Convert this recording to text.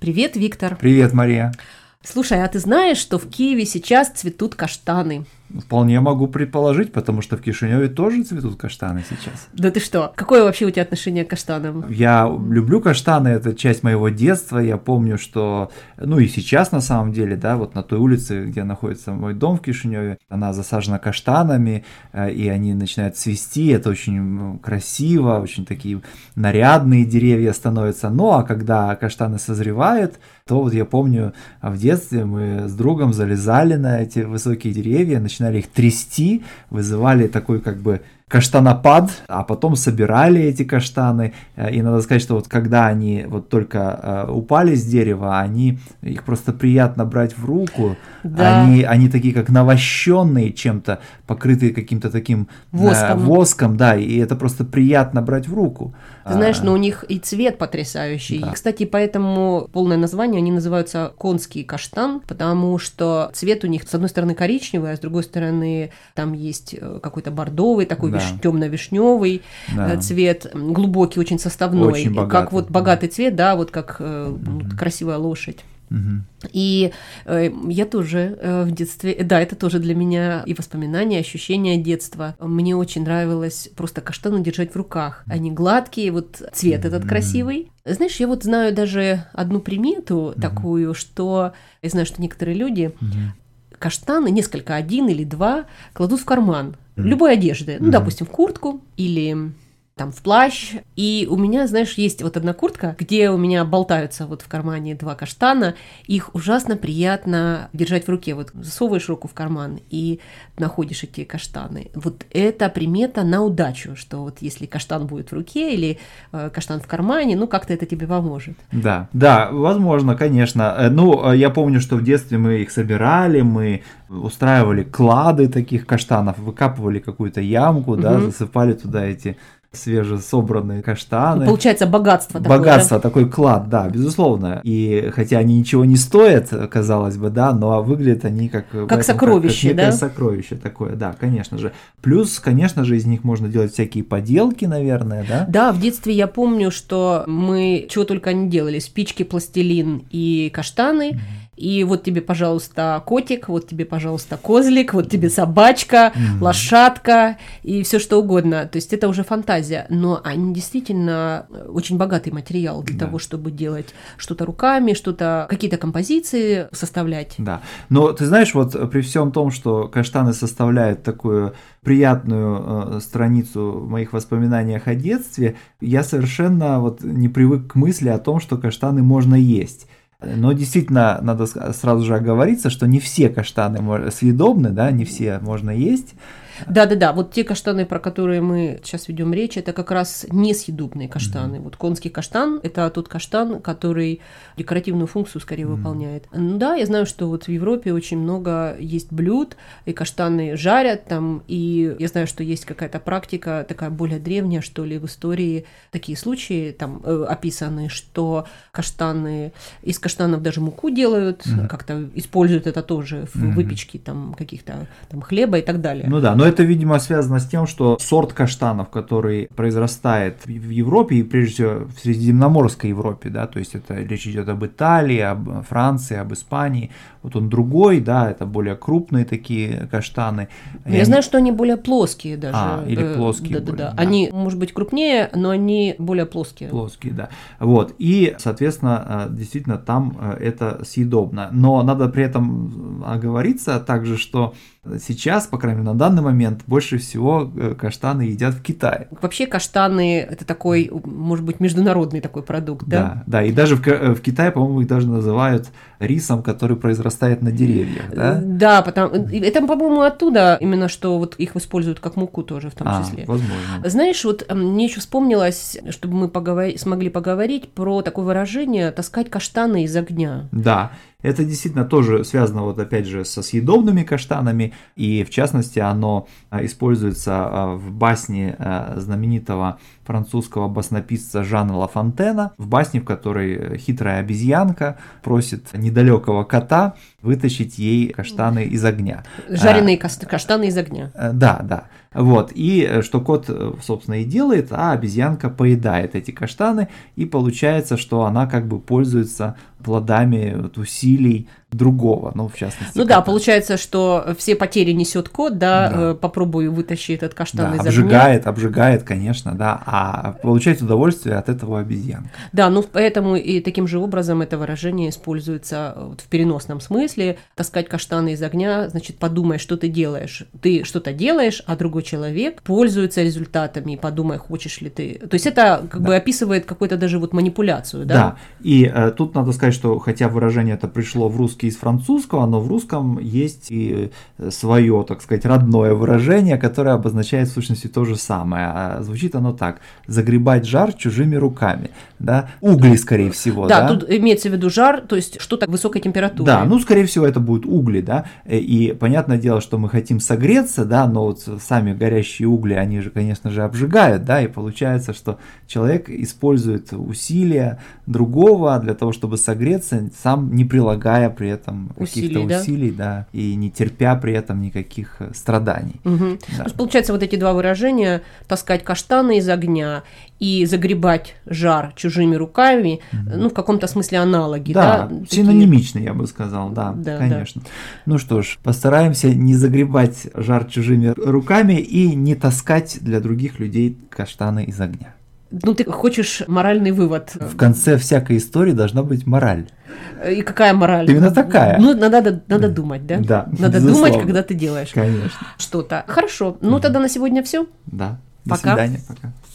Привет, Виктор. Привет, Мария. Слушай, а ты знаешь, что в Киеве сейчас цветут каштаны? Вполне могу предположить, потому что в Кишиневе тоже цветут каштаны сейчас. Да ты что? Какое вообще у тебя отношение к каштанам? Я люблю каштаны, это часть моего детства. Я помню, что, и сейчас на самом деле, да, вот на той улице, где находится мой дом в Кишиневе, она засажена каштанами, и они начинают цвести. Это очень красиво, очень такие нарядные деревья становятся. Ну, а когда каштаны созревают, то вот я помню, в детстве мы с другом залезали на эти высокие деревья, начинали их трясти, вызывали такой как бы каштанопад, а потом собирали эти каштаны. И надо сказать, что вот когда они вот только упали с дерева, их просто приятно брать в руку. Да. Они такие как навощенные чем-то, покрытые каким-то таким воском, да, и это просто приятно брать в руку. Ты знаешь, но у них и цвет потрясающий. Да. И, кстати, поэтому полное название, они называются конский каштан, потому что цвет у них с одной стороны коричневый, а с другой стороны там есть какой-то бордовый, такой темно-вишневый цвет, глубокий, очень составной, очень богатый. Как вот богатый цвет, да, вот как красивая лошадь. И я тоже в детстве, да, это тоже для меня и воспоминания, ощущения детства. Мне очень нравилось просто каштаны держать в руках. Они гладкие, вот цвет этот красивый. Знаешь, я вот знаю даже одну примету такую, что я знаю, что некоторые люди каштаны, несколько, 1 или 2, кладут в карман любой одежды, допустим, в куртку или там в плащ. И у меня, знаешь, есть вот одна куртка, где у меня болтаются вот в кармане 2 каштана. Их ужасно приятно держать в руке. Вот засовываешь руку в карман и находишь эти каштаны. Вот это примета на удачу, что вот если каштан будет в руке или каштан в кармане, как-то это тебе поможет. Да, возможно, конечно. Я помню, что в детстве мы их собирали, мы устраивали клады таких каштанов, выкапывали какую-то ямку, да, засыпали туда эти свежесобранные каштаны. Получается богатство такое. Богатство, такой клад, да, безусловно. И хотя они ничего не стоят, казалось бы, да, но выглядят они как сокровище, как некое сокровище такое, да, конечно же. Плюс, конечно же, из них можно делать всякие поделки, наверное, да? Да, в детстве я помню, что мы чего только не делали. Спички, пластилин и каштаны. И вот тебе, пожалуйста, котик, вот тебе, пожалуйста, козлик, вот тебе собачка, лошадка и все что угодно. То есть это уже фантазия, но они действительно очень богатый материал для того, чтобы делать что-то руками, какие-то композиции составлять. Да, но ты знаешь, вот при всем том, что каштаны составляют такую приятную страницу в моих воспоминаниях о детстве, я совершенно вот не привык к мысли о том, что каштаны можно есть. Но действительно, надо сразу же оговориться, что не все каштаны съедобны, да, не все можно есть. Да, вот те каштаны, про которые мы сейчас ведем речь, это как раз несъедобные каштаны. Вот конский каштан – это тот каштан, который декоративную функцию скорее выполняет. Да, я знаю, что вот в Европе очень много есть блюд, и каштаны жарят там, и я знаю, что есть какая-то практика такая более древняя, что ли, в истории такие случаи там описаны, что из каштанов даже муку делают, как-то используют это тоже в выпечке там каких-то там хлеба и так далее. Ну да, но это, видимо, связано с тем, что сорт каштанов, который произрастает в Европе, и прежде всего в Средиземноморской Европе, да, то есть это речь идет об Италии, об Франции, об Испании, вот он другой, да, это более крупные такие каштаны. Я знаю, что они более плоские даже. Или плоские. Да. Они, может быть, крупнее, но они более плоские. Плоские, да. Вот, и, соответственно, действительно, там это съедобно. Но надо при этом оговориться также, что сейчас, по крайней мере, на данный момент, больше всего каштаны едят в Китае. Вообще каштаны – это такой, может быть, международный такой продукт, да? Да, и даже в Китае, по-моему, их даже называют рисом, который произрастает на деревьях, да? Да, это, по-моему, оттуда именно, что вот их используют как муку тоже в том числе. Возможно. Знаешь, вот мне еще вспомнилось, чтобы мы смогли поговорить про такое выражение «таскать каштаны из огня». Да. Это действительно тоже связано, вот опять же, со съедобными каштанами, и в частности оно используется в басне знаменитого французского баснописца Жана Ла Фонтена, в басне, в которой хитрая обезьянка просит недалекого кота вытащить ей каштаны из огня. Жареные каштаны из огня. Да. Вот, и что кот, собственно, и делает, а обезьянка поедает эти каштаны, и получается, что она как бы пользуется плодами вот усилий другого, ну, в частности. Ну да, получается, что все потери несет кот, да, попробую вытащить этот каштан из огня. Обжигает, конечно, да, а получает удовольствие от этого обезьянка. Да, ну поэтому и таким же образом это выражение используется вот в переносном смысле. Таскать каштаны из огня, значит, подумай, что ты делаешь. Ты что-то делаешь, а другой человек пользуется результатами, подумай, хочешь ли ты. То есть это как бы описывает какую-то даже вот манипуляцию, да? Да, и тут надо сказать, что хотя выражение это пришло в русский из французского, но в русском есть и свое, так сказать, родное выражение, которое обозначает в сущности то же самое. А звучит оно так: загребать жар чужими руками, да, угли, скорее всего. Да, тут имеется в виду жар, то есть что-то высокой температуры. Да, ну, скорее всего, это будут угли, да, и понятное дело, что мы хотим согреться, да, но вот сами горящие угли, они же, конечно же, обжигают, да, и получается, что человек использует усилия другого для того, чтобы согреться, сам не прилагая при этом каких-то усилий, да, и не терпя при этом никаких страданий. Угу. Да. То есть, получается, вот эти два выражения: таскать каштаны из огня и загребать жар чужими руками, ну, в каком-то смысле аналоги. Да, синонимичные, я бы сказал, да, конечно. Да. Ну что ж, постараемся не загребать жар чужими руками и не таскать для других людей каштаны из огня. Ну, ты хочешь моральный вывод. В конце всякой истории должна быть мораль. И какая мораль? Именно такая. Ну, надо думать, да? Да. Надо думать, когда ты делаешь конечно что-то. Хорошо. Ну, тогда на сегодня все. Да. Пока. До свидания. Пока.